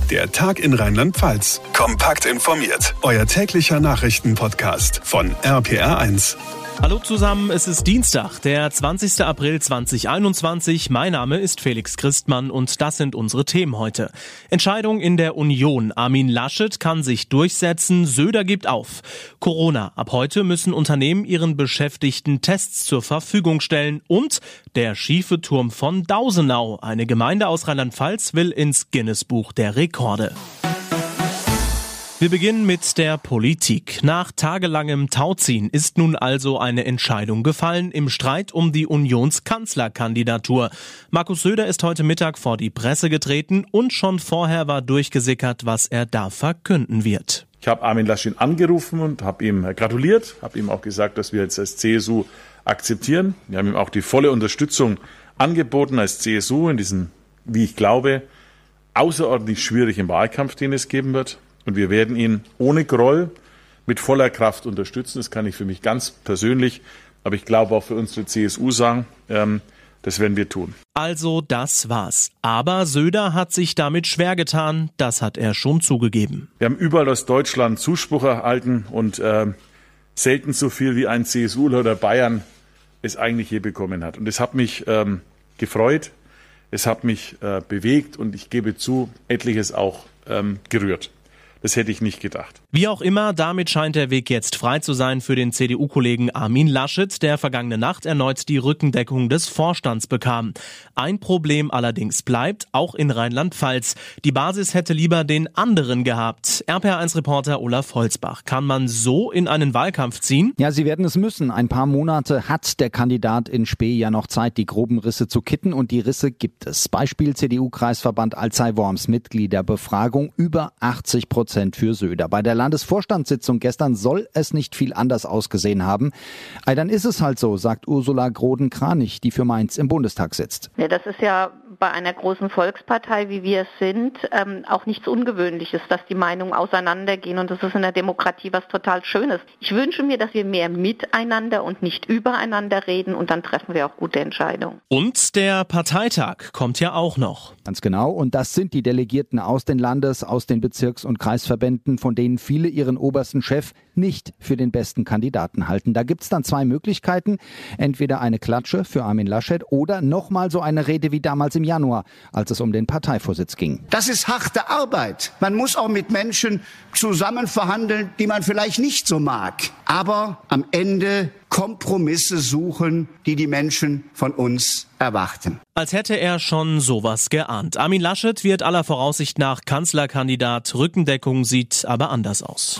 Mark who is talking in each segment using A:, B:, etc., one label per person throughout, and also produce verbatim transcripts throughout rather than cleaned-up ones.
A: Der Tag in Rheinland-Pfalz. Kompakt informiert. Euer täglicher Nachrichtenpodcast von R P R eins.
B: Hallo zusammen, es ist Dienstag, der zwanzigster April zweitausendeinundzwanzig. Mein Name ist Felix Christmann und das sind unsere Themen heute. Entscheidung in der Union. Armin Laschet kann sich durchsetzen, Söder gibt auf. Corona. Ab heute müssen Unternehmen ihren Beschäftigten Tests zur Verfügung stellen. Und der schiefe Turm von Dausenau. Eine Gemeinde aus Rheinland-Pfalz will ins Guinness-Buch der Rekorde. Wir beginnen mit der Politik. Nach tagelangem Tauziehen ist nun also eine Entscheidung gefallen im Streit um die Unionskanzlerkandidatur. Markus Söder ist heute Mittag vor die Presse getreten und schon vorher war durchgesickert, was er da verkünden wird.
C: Ich habe Armin Laschet angerufen und habe ihm gratuliert, habe ihm auch gesagt, dass wir jetzt als C S U akzeptieren. Wir haben ihm auch die volle Unterstützung angeboten als C S U in diesem, wie ich glaube, außerordentlich schwierigen Wahlkampf, den es geben wird. Und wir werden ihn ohne Groll mit voller Kraft unterstützen. Das kann ich für mich ganz persönlich, aber ich glaube auch für unsere C S U sagen, ähm, das werden wir tun.
B: Also das war's. Aber Söder hat sich damit schwer getan, das hat er schon zugegeben.
C: Wir haben überall aus Deutschland Zuspruch erhalten und äh, selten so viel wie ein C S Uler oder Bayern es eigentlich je bekommen hat. Und es hat mich ähm, gefreut, es hat mich äh, bewegt und ich gebe zu, etliches auch ähm, gerührt. Das hätte ich nicht gedacht.
B: Wie auch immer, damit scheint der Weg jetzt frei zu sein für den C D U-Kollegen Armin Laschet, der vergangene Nacht erneut die Rückendeckung des Vorstands bekam. Ein Problem allerdings bleibt, auch in Rheinland-Pfalz. Die Basis hätte lieber den anderen gehabt. R P R eins-Reporter Olaf Holzbach. Kann man so in einen Wahlkampf ziehen?
D: Ja, sie werden es müssen. Ein paar Monate hat der Kandidat in Spee ja noch Zeit, die groben Risse zu kitten. Und die Risse gibt es. Beispiel C D U-Kreisverband Alzey-Worms, Mitgliederbefragung über achtzig Prozent für Söder. Bei der Landesvorstandssitzung gestern soll es nicht viel anders ausgesehen haben. Ei, dann ist es halt so, sagt Ursula Groden-Kranich, die für Mainz im Bundestag sitzt.
E: Ja, das ist ja bei einer großen Volkspartei, wie wir es sind, ähm, auch nichts Ungewöhnliches, dass die Meinungen auseinandergehen und das ist in der Demokratie was total Schönes. Ich wünsche mir, dass wir mehr miteinander und nicht übereinander reden und dann treffen wir auch gute Entscheidungen.
B: Und der Parteitag kommt ja auch noch.
D: Ganz genau. Und das sind die Delegierten aus den Landes-, aus den Bezirks- und Kreisverbänden, von denen viele ihren obersten Chef nicht für den besten Kandidaten halten. Da gibt's dann zwei Möglichkeiten. Entweder eine Klatsche für Armin Laschet oder nochmal so eine Rede wie damals im Januar, als es um den Parteivorsitz ging.
F: Das ist harte Arbeit. Man muss auch mit Menschen zusammen verhandeln, die man vielleicht nicht so mag. Aber am Ende Kompromisse suchen, die die Menschen von uns erwarten.
B: Als hätte er schon sowas geahnt. Armin Laschet wird aller Voraussicht nach Kanzlerkandidat. Rückendeckung sieht aber anders aus.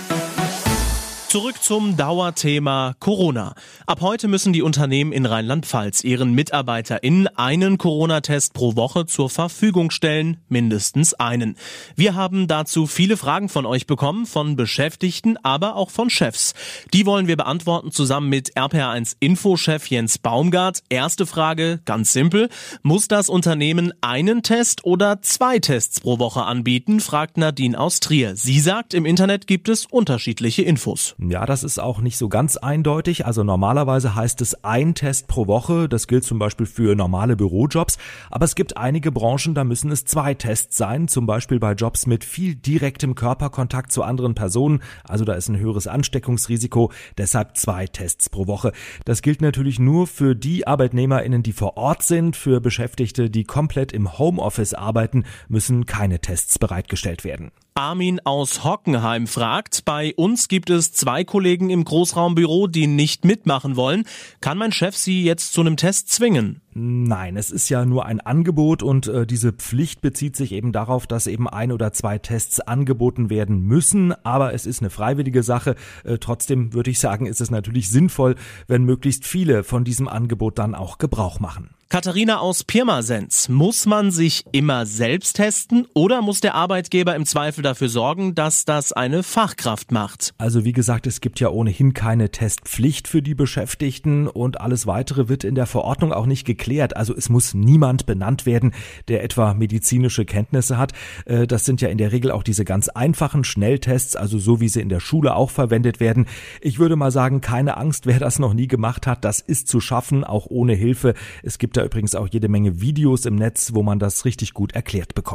B: Zurück zum Dauerthema Corona. Ab heute müssen die Unternehmen in Rheinland-Pfalz ihren MitarbeiterInnen einen Corona-Test pro Woche zur Verfügung stellen, mindestens einen. Wir haben dazu viele Fragen von euch bekommen, von Beschäftigten, aber auch von Chefs. Die wollen wir beantworten zusammen mit R P R eins Infochef Jens Baumgart. Erste Frage, ganz simpel. Muss das Unternehmen einen Test oder zwei Tests pro Woche anbieten, fragt Nadine aus Trier. Sie sagt, im Internet gibt es unterschiedliche Infos.
G: Ja, das ist auch nicht so ganz eindeutig. Also normalerweise heißt es ein Test pro Woche. Das gilt zum Beispiel für normale Bürojobs. Aber es gibt einige Branchen, da müssen es zwei Tests sein. Zum Beispiel bei Jobs mit viel direktem Körperkontakt zu anderen Personen. Also da ist ein höheres Ansteckungsrisiko. Deshalb zwei Tests pro Woche. Das gilt natürlich nur für die ArbeitnehmerInnen, die vor Ort sind. Für Beschäftigte, die komplett im Homeoffice arbeiten, müssen keine Tests bereitgestellt werden.
B: Armin aus Hockenheim fragt, bei uns gibt es zwei Kollegen im Großraumbüro, die nicht mitmachen wollen. Kann mein Chef sie jetzt zu einem Test zwingen?
G: Nein, es ist ja nur ein Angebot und äh, diese Pflicht bezieht sich eben darauf, dass eben ein oder zwei Tests angeboten werden müssen, aber es ist eine freiwillige Sache. Äh, trotzdem würde ich sagen, ist es natürlich sinnvoll, wenn möglichst viele von diesem Angebot dann auch Gebrauch machen.
B: Katharina aus Pirmasens, muss man sich immer selbst testen oder muss der Arbeitgeber im Zweifel dafür sorgen, dass das eine Fachkraft macht?
G: Also wie gesagt, es gibt ja ohnehin keine Testpflicht für die Beschäftigten und alles Weitere wird in der Verordnung auch nicht geklärt. Also es muss niemand benannt werden, der etwa medizinische Kenntnisse hat. Das sind ja in der Regel auch diese ganz einfachen Schnelltests, also so wie sie in der Schule auch verwendet werden. Ich würde mal sagen, keine Angst, wer das noch nie gemacht hat, das ist zu schaffen, auch ohne Hilfe. Es gibt da übrigens auch jede Menge Videos im Netz, wo man das richtig gut erklärt bekommt.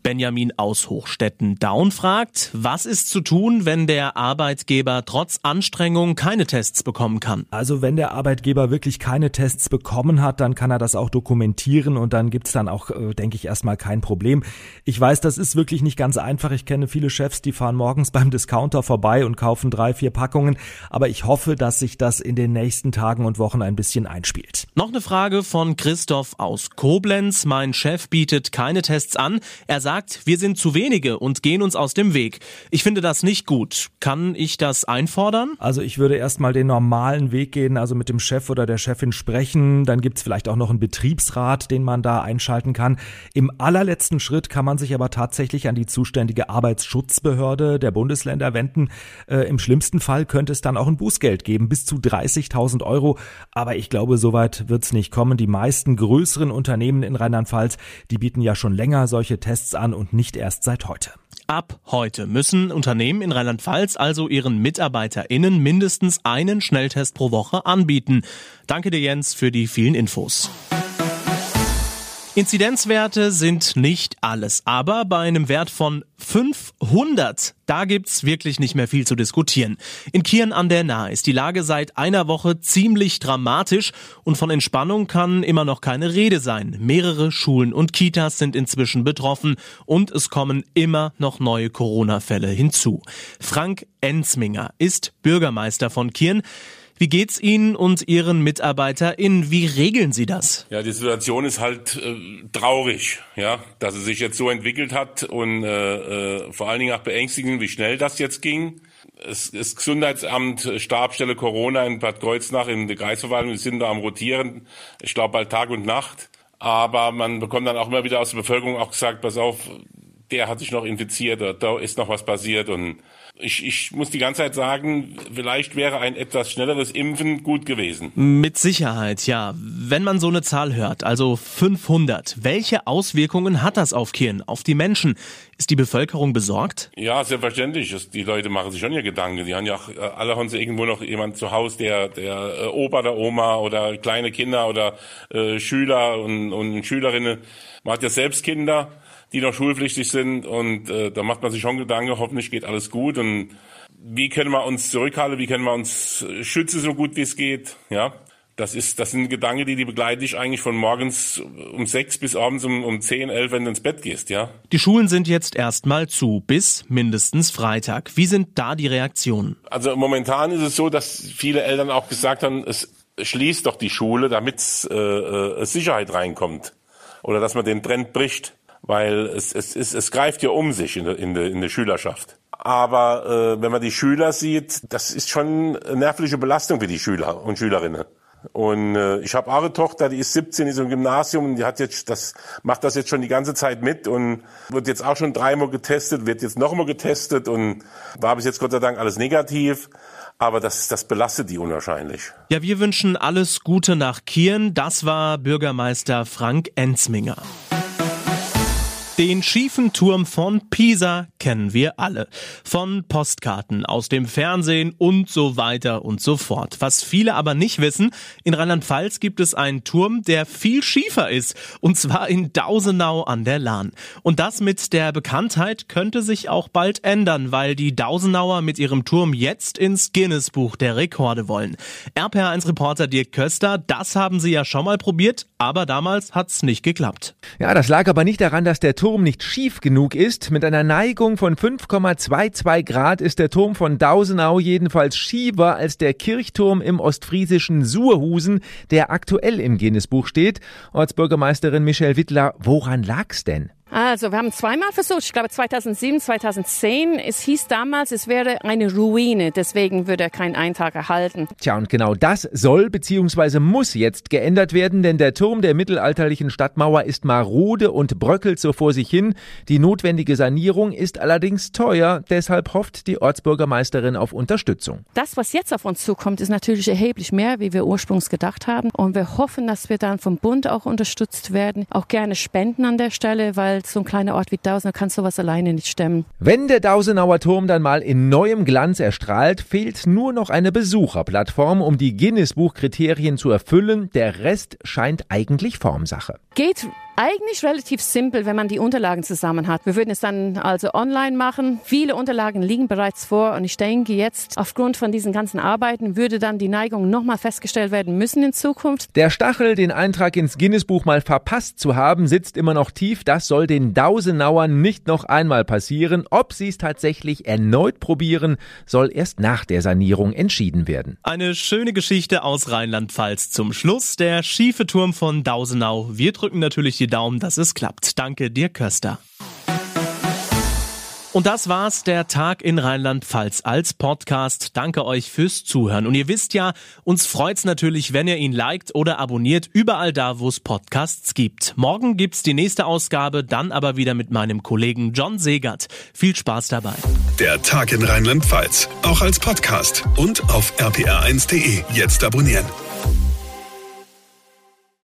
B: Benjamin aus Hochstetten-Daun fragt, was ist zu tun, wenn der Arbeitgeber trotz Anstrengung keine Tests bekommen kann?
G: Also wenn der Arbeitgeber wirklich keine Tests bekommen hat, dann kann er das auch dokumentieren und dann gibt's dann auch, äh, denke ich, erstmal kein Problem. Ich weiß, das ist wirklich nicht ganz einfach. Ich kenne viele Chefs, die fahren morgens beim Discounter vorbei und kaufen drei, vier Packungen. Aber ich hoffe, dass sich das in den nächsten Tagen und Wochen ein bisschen einspielt.
B: Noch eine Frage von Christoph aus Koblenz. Mein Chef bietet keine Tests an. Er sagt, wir sind zu wenige und gehen uns aus dem Weg. Ich finde das nicht gut. Kann ich das einfordern?
G: Also ich würde erstmal den normalen Weg gehen, also mit dem Chef oder der Chefin sprechen. Dann gibt's vielleicht auch noch einen Betriebsrat, den man da einschalten kann. Im allerletzten Schritt kann man sich aber tatsächlich an die zuständige Arbeitsschutzbehörde der Bundesländer wenden. Äh, im schlimmsten Fall könnte es dann auch ein Bußgeld geben, bis zu dreißigtausend Euro. Aber ich glaube, soweit wird's nicht kommen. Die meisten größeren Unternehmen in Rheinland-Pfalz, die bieten ja schon länger solche Tests an und nicht erst seit heute.
B: Ab heute müssen Unternehmen in Rheinland-Pfalz also ihren MitarbeiterInnen mindestens einen Schnelltest pro Woche anbieten. Danke dir, Jens, für die vielen Infos. Inzidenzwerte sind nicht alles, aber bei einem Wert von fünfhundert, da gibt's wirklich nicht mehr viel zu diskutieren. In Kirn an der Nahe ist die Lage seit einer Woche ziemlich dramatisch und von Entspannung kann immer noch keine Rede sein. Mehrere Schulen und Kitas sind inzwischen betroffen und es kommen immer noch neue Corona-Fälle hinzu. Frank Enzminger ist Bürgermeister von Kirn. Wie geht's Ihnen und Ihren MitarbeiterInnen? Wie regeln Sie das?
H: Ja, die Situation ist halt äh, traurig, ja, dass es sich jetzt so entwickelt hat und äh, äh, vor allen Dingen auch beängstigend, wie schnell das jetzt ging. Es, das Gesundheitsamt, Stabsstelle Corona in Bad Kreuznach in der Kreisverwaltung, die sind da am Rotieren, ich glaube bald Tag und Nacht. Aber man bekommt dann auch immer wieder aus der Bevölkerung auch gesagt, pass auf, der hat sich noch infiziert, oder da ist noch was passiert und Ich, ich muss die ganze Zeit sagen, vielleicht wäre ein etwas schnelleres Impfen gut gewesen.
B: Mit Sicherheit, ja. Wenn man so eine Zahl hört, also fünfhundert, welche Auswirkungen hat das auf Kirn, auf die Menschen? Ist die Bevölkerung besorgt?
H: Ja, selbstverständlich. Die Leute machen sich schon ihr Gedanken. Die haben ja auch, alle haben sie irgendwo noch jemand zu Hause, der, der Opa, der Oma oder kleine Kinder oder äh, Schüler und, und Schülerinnen. Man hat ja selbst Kinder, die noch schulpflichtig sind und äh, da macht man sich schon Gedanken, hoffentlich geht alles gut und wie können wir uns zurückhalten, wie können wir uns schützen, so gut wie es geht, ja. Das ist, das sind Gedanken, die, die begleiten dich eigentlich von morgens um sechs bis abends um, um zehn, elf, wenn du ins Bett gehst, ja.
B: Die Schulen sind jetzt erstmal zu, bis mindestens Freitag. Wie sind da die Reaktionen?
H: Also momentan ist es so, dass viele Eltern auch gesagt haben, es schließt doch die Schule, damit äh, äh, Sicherheit reinkommt oder dass man den Trend bricht. Weil es, es, es, es greift ja um sich in der, in der, in der Schülerschaft. Aber äh, wenn man die Schüler sieht, das ist schon eine nervliche Belastung für die Schüler und Schülerinnen. Und äh, ich habe auch eine Tochter, die ist siebzehn, ist im Gymnasium und die hat jetzt das macht das jetzt schon die ganze Zeit mit und wird jetzt auch schon dreimal getestet, wird jetzt nochmal getestet und war bis jetzt Gott sei Dank alles negativ. Aber das, das belastet die unwahrscheinlich.
B: Ja, wir wünschen alles Gute nach Kirn. Das war Bürgermeister Frank Enzminger. Den schiefen Turm von Pisa kennen wir alle. Von Postkarten, aus dem Fernsehen und so weiter und so fort. Was viele aber nicht wissen, in Rheinland-Pfalz gibt es einen Turm, der viel schiefer ist. Und zwar in Dausenau an der Lahn. Und das mit der Bekanntheit könnte sich auch bald ändern, weil die Dausenauer mit ihrem Turm jetzt ins Guinness-Buch der Rekorde wollen. R P R eins Reporter Dirk Köster, das haben sie ja schon mal probiert, aber damals hat's nicht geklappt.
I: Ja, das lag aber nicht daran, dass der Turm nicht schief genug ist. Mit einer Neigung von fünf Komma zweiundzwanzig Grad ist der Turm von Dausenau jedenfalls schiefer als der Kirchturm im ostfriesischen Suhrhusen, der aktuell im Guinness-Buch steht. Ortsbürgermeisterin Michelle Wittler, woran lag's denn?
J: Also, wir haben zweimal versucht, ich glaube zweitausendsieben, zweitausendzehn. Es hieß damals, es wäre eine Ruine, deswegen würde er keinen Eintrag erhalten.
I: Tja, und genau das soll bzw. muss jetzt geändert werden, denn der Turm der mittelalterlichen Stadtmauer ist marode und bröckelt so vor sich hin. Die notwendige Sanierung ist allerdings teuer, deshalb hofft die Ortsbürgermeisterin auf Unterstützung.
J: Das, was jetzt auf uns zukommt, ist natürlich erheblich mehr, wie wir ursprünglich gedacht haben. Und wir hoffen, dass wir dann vom Bund auch unterstützt werden, auch gerne spenden an der Stelle, weil so ein kleiner Ort wie Dausenau kann sowas alleine nicht stemmen.
I: Wenn der Dausenauer Turm dann mal in neuem Glanz erstrahlt, fehlt nur noch eine Besucherplattform, um die Guinness-Buch-Kriterien zu erfüllen. Der Rest scheint eigentlich Formsache.
J: Geht Eigentlich relativ simpel, wenn man die Unterlagen zusammen hat. Wir würden es dann also online machen. Viele Unterlagen liegen bereits vor und ich denke jetzt, aufgrund von diesen ganzen Arbeiten würde dann die Neigung nochmal festgestellt werden müssen in Zukunft.
I: Der Stachel, den Eintrag ins Guinness-Buch mal verpasst zu haben, sitzt immer noch tief. Das soll den Dausenauern nicht noch einmal passieren. Ob sie es tatsächlich erneut probieren, soll erst nach der Sanierung entschieden werden.
B: Eine schöne Geschichte aus Rheinland-Pfalz zum Schluss. Der schiefe Turm von Dausenau. Wir drücken natürlich die Daumen, dass es klappt. Danke dir, Köster. Und das war's, der Tag in Rheinland-Pfalz als Podcast. Danke euch fürs Zuhören. Und ihr wisst ja, uns freut's natürlich, wenn ihr ihn liked oder abonniert, überall da, wo es Podcasts gibt. Morgen gibt's die nächste Ausgabe, dann aber wieder mit meinem Kollegen John Segert. Viel Spaß dabei.
A: Der Tag in Rheinland-Pfalz, auch als Podcast und auf r p r eins punkt d e. Jetzt abonnieren.